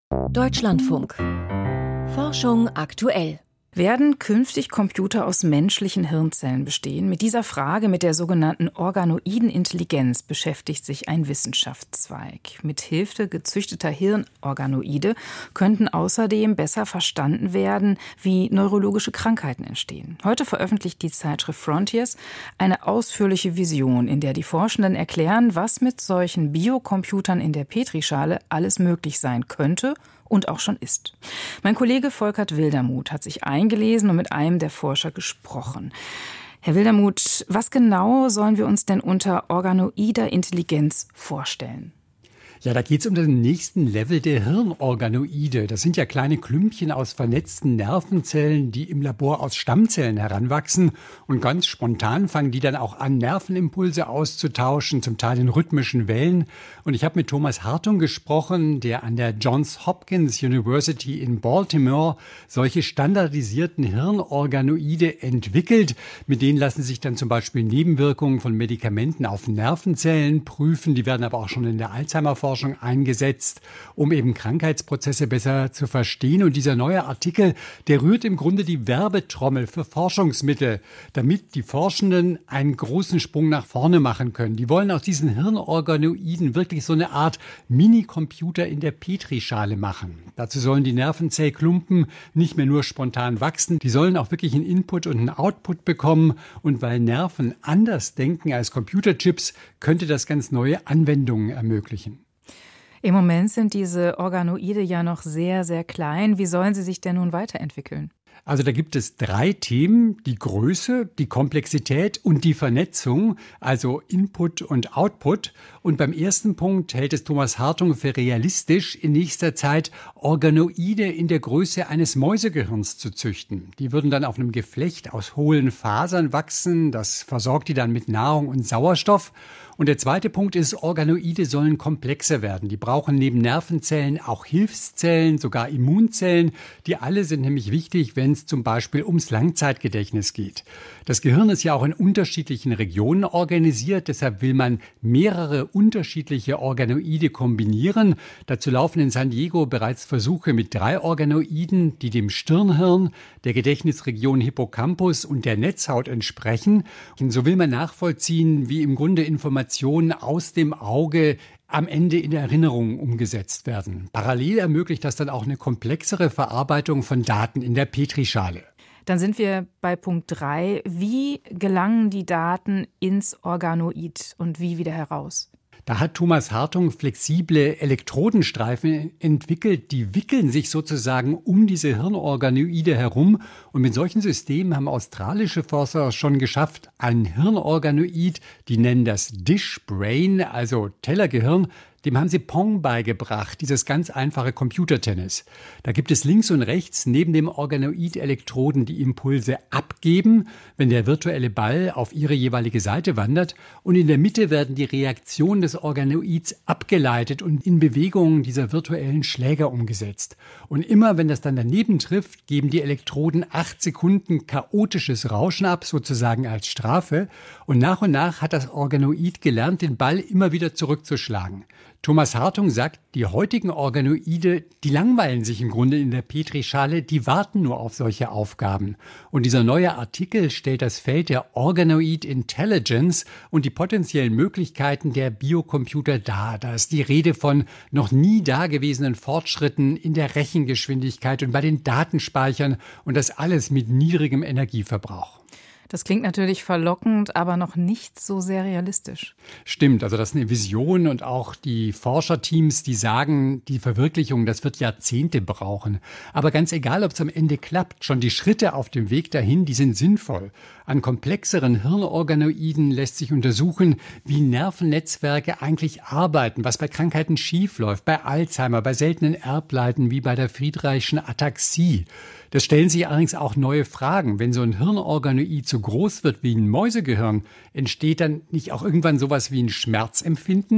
Deutschlandfunk. Forschung aktuell. Werden künftig Computer aus menschlichen Hirnzellen bestehen? Mit dieser Frage, mit der sogenannten organoiden Intelligenz, beschäftigt sich ein Wissenschaftszweig. Mit Hilfe gezüchteter Hirnorganoide könnten außerdem besser verstanden werden, wie neurologische Krankheiten entstehen. Heute veröffentlicht die Zeitschrift Frontiers eine ausführliche Vision, in der die Forschenden erklären, was mit solchen Biocomputern in der Petrischale alles möglich sein könnte und auch schon ist. Mein Kollege Volkert Wildermuth hat sich eingelesen und mit einem der Forscher gesprochen. Herr Wildermuth, was genau sollen wir uns denn unter organoider Intelligenz vorstellen? Ja, da geht es um den nächsten Level der Hirnorganoide. Das sind ja kleine Klümpchen aus vernetzten Nervenzellen, die im Labor aus Stammzellen heranwachsen. Und ganz spontan fangen die dann auch an, Nervenimpulse auszutauschen, zum Teil in rhythmischen Wellen. Und ich habe mit Thomas Hartung gesprochen, der an der Johns Hopkins University in Baltimore solche standardisierten Hirnorganoide entwickelt. Mit denen lassen sich dann zum Beispiel Nebenwirkungen von Medikamenten auf Nervenzellen prüfen. Die werden aber auch schon in der Alzheimer-Forschung eingesetzt, um eben Krankheitsprozesse besser zu verstehen. Und dieser neue Artikel, der rührt im Grunde die Werbetrommel für Forschungsmittel, damit die Forschenden einen großen Sprung nach vorne machen können. Die wollen aus diesen Hirnorganoiden wirklich so eine Art Minicomputer in der Petrischale machen. Dazu sollen die Nervenzellklumpen nicht mehr nur spontan wachsen, die sollen auch wirklich einen Input und einen Output bekommen. Und weil Nerven anders denken als Computerchips, könnte das ganz neue Anwendungen ermöglichen. Im Moment sind diese Organoide ja noch sehr, sehr klein. Wie sollen sie sich denn nun weiterentwickeln? Also da gibt es 3 Themen: die Größe, die Komplexität und die Vernetzung, also Input und Output. Und beim ersten Punkt hält es Thomas Hartung für realistisch, in nächster Zeit Organoide in der Größe eines Mäusegehirns zu züchten. Die würden dann auf einem Geflecht aus hohlen Fasern wachsen, das versorgt die dann mit Nahrung und Sauerstoff. Und der zweite Punkt ist, Organoide sollen komplexer werden. Die brauchen neben Nervenzellen auch Hilfszellen, sogar Immunzellen. Die alle sind nämlich wichtig, wenn es zum Beispiel ums Langzeitgedächtnis geht. Das Gehirn ist ja auch in unterschiedlichen Regionen organisiert. Deshalb will man mehrere unterschiedliche Organoide kombinieren. Dazu laufen in San Diego bereits Versuche mit 3 Organoiden, die dem Stirnhirn, der Gedächtnisregion Hippocampus und der Netzhaut entsprechen. Und so will man nachvollziehen, wie im Grunde Informationen aus dem Auge am Ende in der Erinnerung umgesetzt werden. Parallel ermöglicht das dann auch eine komplexere Verarbeitung von Daten in der Petrischale. Dann sind wir bei Punkt 3. Wie gelangen die Daten ins Organoid und wie wieder heraus? Da hat Thomas Hartung flexible Elektrodenstreifen entwickelt, die wickeln sich sozusagen um diese Hirnorganoide herum. Und mit solchen Systemen haben australische Forscher schon geschafft, ein Hirnorganoid, die nennen das Dish Brain, also Tellergehirn, dem haben sie Pong beigebracht, dieses ganz einfache Computertennis. Da gibt es links und rechts neben dem Organoid Elektroden, die Impulse abgeben, wenn der virtuelle Ball auf ihre jeweilige Seite wandert. Und in der Mitte werden die Reaktionen des Organoids abgeleitet und in Bewegungen dieser virtuellen Schläger umgesetzt. Und immer wenn das dann daneben trifft, geben die Elektroden 8 Sekunden chaotisches Rauschen ab, sozusagen als Strafe. Und nach hat das Organoid gelernt, den Ball immer wieder zurückzuschlagen. Thomas Hartung sagt, die heutigen Organoide, die langweilen sich im Grunde in der Petrischale, die warten nur auf solche Aufgaben. Und dieser neue Artikel stellt das Feld der Organoid Intelligence und die potenziellen Möglichkeiten der Biocomputer dar. Da ist die Rede von noch nie dagewesenen Fortschritten in der Rechengeschwindigkeit und bei den Datenspeichern und das alles mit niedrigem Energieverbrauch. Das klingt natürlich verlockend, aber noch nicht so sehr realistisch. Stimmt, also das ist eine Vision und auch die Forscherteams, die sagen, die Verwirklichung, das wird Jahrzehnte brauchen. Aber ganz egal, ob es am Ende klappt, schon die Schritte auf dem Weg dahin, die sind sinnvoll. An komplexeren Hirnorganoiden lässt sich untersuchen, wie Nervennetzwerke eigentlich arbeiten, was bei Krankheiten schiefläuft, bei Alzheimer, bei seltenen Erbleiden wie bei der Friedreichschen Ataxie. Das stellen sich allerdings auch neue Fragen. Wenn so ein Hirnorganoid so groß wird wie ein Mäusegehirn, entsteht dann nicht auch irgendwann sowas wie ein Schmerzempfinden?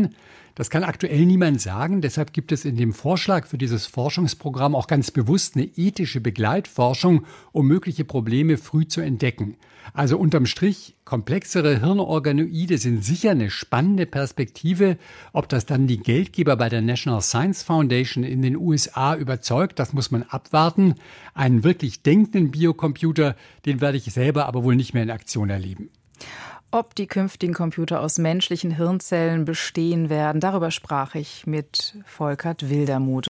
Das kann aktuell niemand sagen. Deshalb gibt es in dem Vorschlag für dieses Forschungsprogramm auch ganz bewusst eine ethische Begleitforschung, um mögliche Probleme früh zu entdecken. Also unterm Strich, komplexere Hirnorganoide sind sicher eine spannende Perspektive. Ob das dann die Geldgeber bei der National Science Foundation in den USA überzeugt, das muss man abwarten. Einen wirklich denkenden Biocomputer, den werde ich selber aber wohl nicht mehr in Aktion erleben. Ob die künftigen Computer aus menschlichen Hirnzellen bestehen werden, darüber sprach ich mit Volkert Wildermuth.